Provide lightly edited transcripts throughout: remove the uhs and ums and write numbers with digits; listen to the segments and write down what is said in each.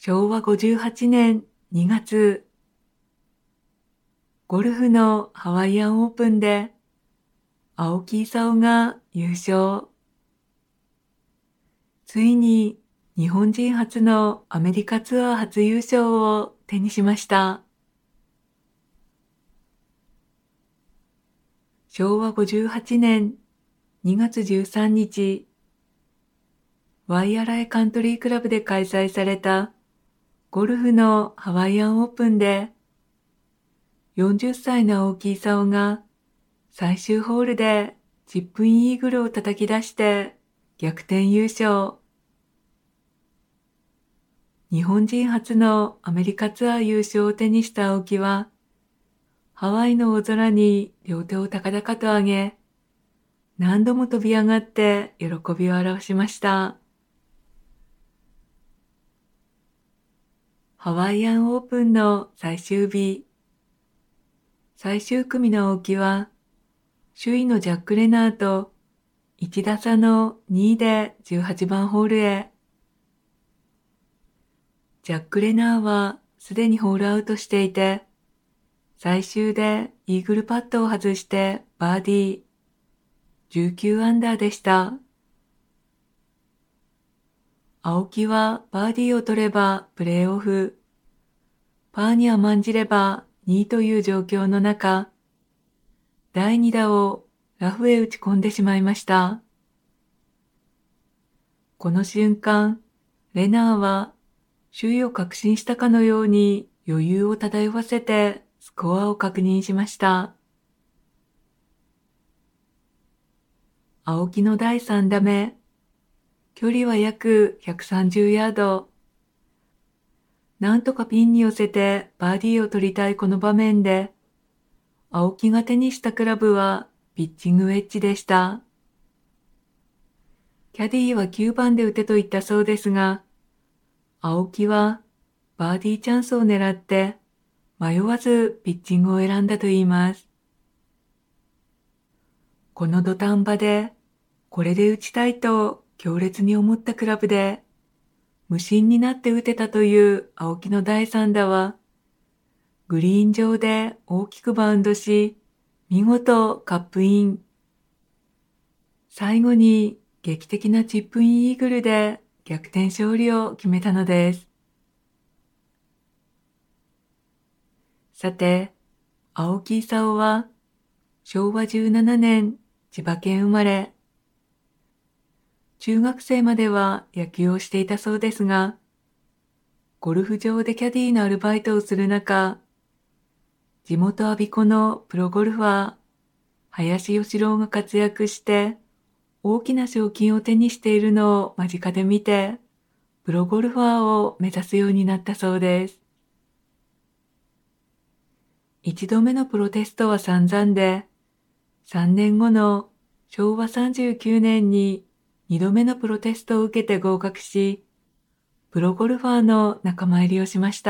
昭和58年2月、ゴルフのハワイアンオープンで青木功が優勝。ついに日本人初のアメリカツアー初優勝を手にしました。昭和58年2月13日、ワイアラエカントリークラブで開催されたゴルフのハワイアンオープンで、40歳の青木功が最終ホールでチップインイーグルを叩き出して逆転優勝。日本人初のアメリカツアー優勝を手にした青木は、ハワイの大空に両手を高々と上げ、何度も飛び上がって喜びを表しました。ハワイアンオープンの最終日、最終組の青木は、首位のジャック・レナーと1打差の2位で18番ホールへ。ジャック・レナーはすでにホールアウトしていて、最終でイーグルパットを外してバーディー、19アンダーでした。青木はバーディーを取ればプレーオフ、パーに甘んじれば2位という状況の中、第2打をラフへ打ち込んでしまいました。この瞬間、レナーは首位を確信したかのように余裕を漂わせてスコアを確認しました。青木の第3打目、距離は約130ヤード。なんとかピンに寄せてバーディーを取りたいこの場面で、青木が手にしたクラブはピッチングウェッジでした。キャディーは9番で打てと言ったそうですが、青木はバーディーチャンスを狙って迷わずピッチングを選んだと言います。この土壇場でこれで打ちたいと強烈に思ったクラブで無心になって打てたという青木の第3打はグリーン上で大きくバウンドし見事カップイン。最後に劇的なチップインイーグルで逆転勝利を決めたのです。さて、青木功は昭和17年千葉県生まれ。中学生までは野球をしていたそうですが、ゴルフ場でキャディーのアルバイトをする中、地元我孫子のプロゴルファー、林義郎が活躍して大きな賞金を手にしているのを間近で見て、プロゴルファーを目指すようになったそうです。一度目のプロテストは散々で、3年後の昭和39年に2度目のプロテストを受けて合格し、プロゴルファーの仲間入りをしました。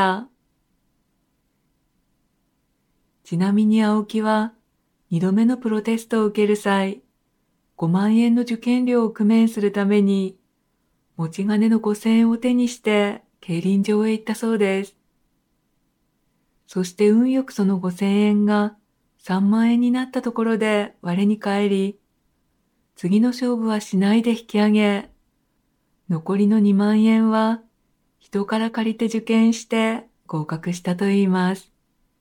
ちなみに青木は2度目のプロテストを受ける際、5万円の受験料を工面するために、持ち金の5000円を手にして競輪場へ行ったそうです。そして運よくその5000円が3万円になったところで我に返り、次の勝負はしないで引き上げ、残りの2万円は人から借りて受験して合格したと言います。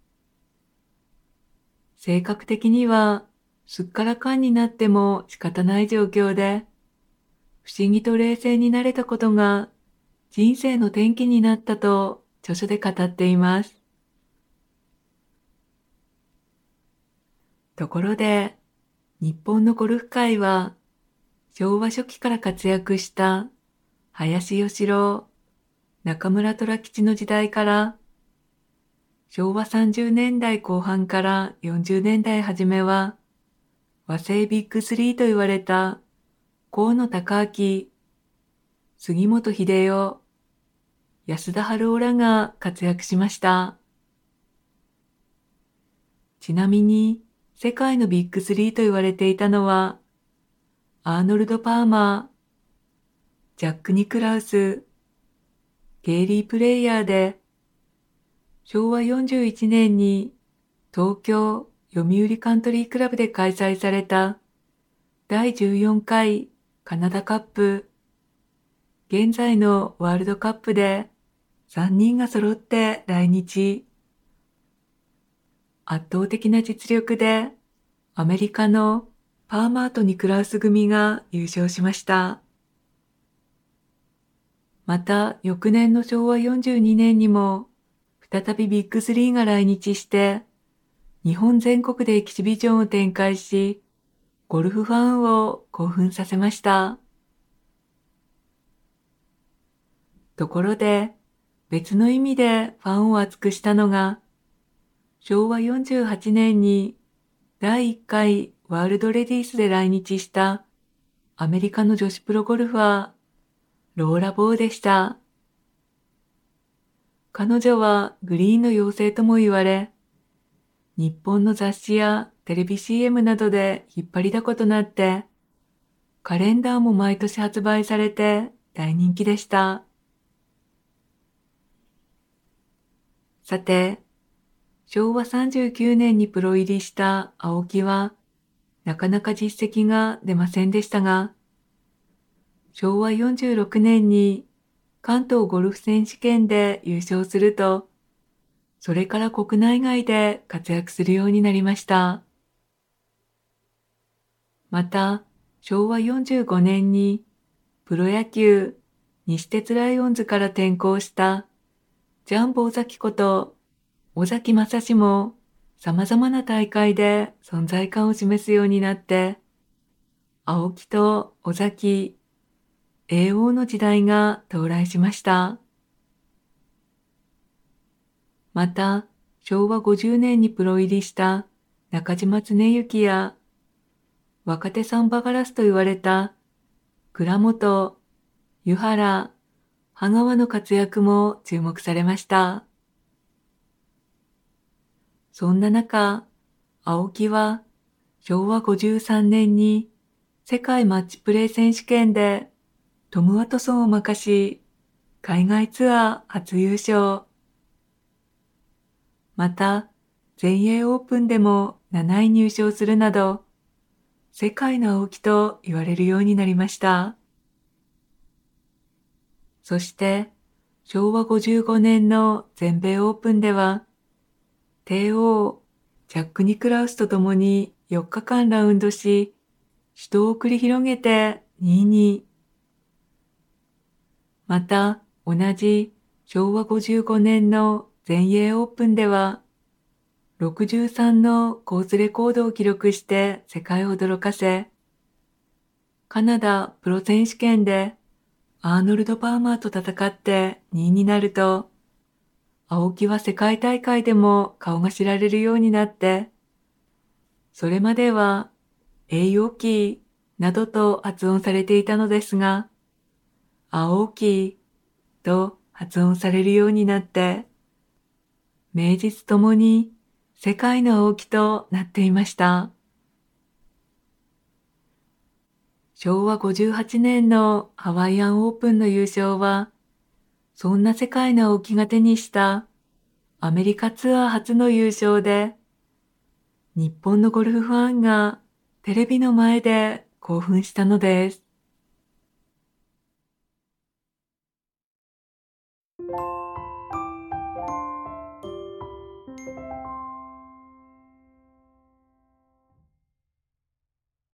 性格的にはすっからかんになっても仕方ない状況で、不思議と冷静になれたことが人生の転機になったと著書で語っています。ところで、日本のゴルフ界は昭和初期から活躍した林義郎、中村虎吉の時代から昭和30年代後半から40年代初めは和製ビッグスリーと言われた河野孝明、杉本秀夫、安田春夫らが活躍しました。ちなみに世界のビッグスリーと言われていたのはアーノルド・パーマー、ジャック・ニクラウス、 ゲイリープレイヤーで、昭和41年に東京読売カントリークラブで開催された第14回カナダカップ、現在のワールドカップで3人が揃って来日。圧倒的な実力でアメリカのパーマートニクラウス組が優勝しました。また翌年の昭和42年にも再びビッグ3が来日して日本全国でエキシビジョンを展開し、ゴルフファンを興奮させました。ところで別の意味でファンを熱くしたのが昭和48年に第1回ワールドレディースで来日したアメリカの女子プロゴルファー、ローラ・ボーでした。彼女はグリーンの妖精とも言われ、日本の雑誌やテレビ CM などで引っ張りだことなって、カレンダーも毎年発売されて大人気でした。さて、昭和39年にプロ入りした青木は、なかなか実績が出ませんでしたが、昭和46年に関東ゴルフ選手権で優勝すると、それから国内外で活躍するようになりました。また、昭和45年にプロ野球西鉄ライオンズから転向したジャンボ尾崎こと尾崎正史も様々な大会で存在感を示すようになって、青木と尾崎、栄王の時代が到来しました。また、昭和50年にプロ入りした中島恒之や若手サンバガラスと言われた倉本、湯原、羽川の活躍も注目されました。そんな中、青木は昭和53年に世界マッチプレー選手権でトム・ワトソンを負かし、海外ツアー初優勝。また、全英オープンでも7位入賞するなど、世界の青木と言われるようになりました。そして、昭和55年の全米オープンでは、帝王、ジャック・ニクラウスと共に4日間ラウンドし、死闘を繰り広げて2位に。また、同じ昭和55年の全英オープンでは、63のコースレコードを記録して世界を驚かせ、カナダプロ選手権でアーノルド・パーマーと戦って2位になると、青木は世界大会でも顔が知られるようになって、それまではエイオキなどと発音されていたのですが、青木と発音されるようになって、名実ともに世界の青木となっていました。昭和58年のハワイアンオープンの優勝は、そんな世界の青木が手にしたアメリカツアー初の優勝で、日本のゴルフファンがテレビの前で興奮したのです。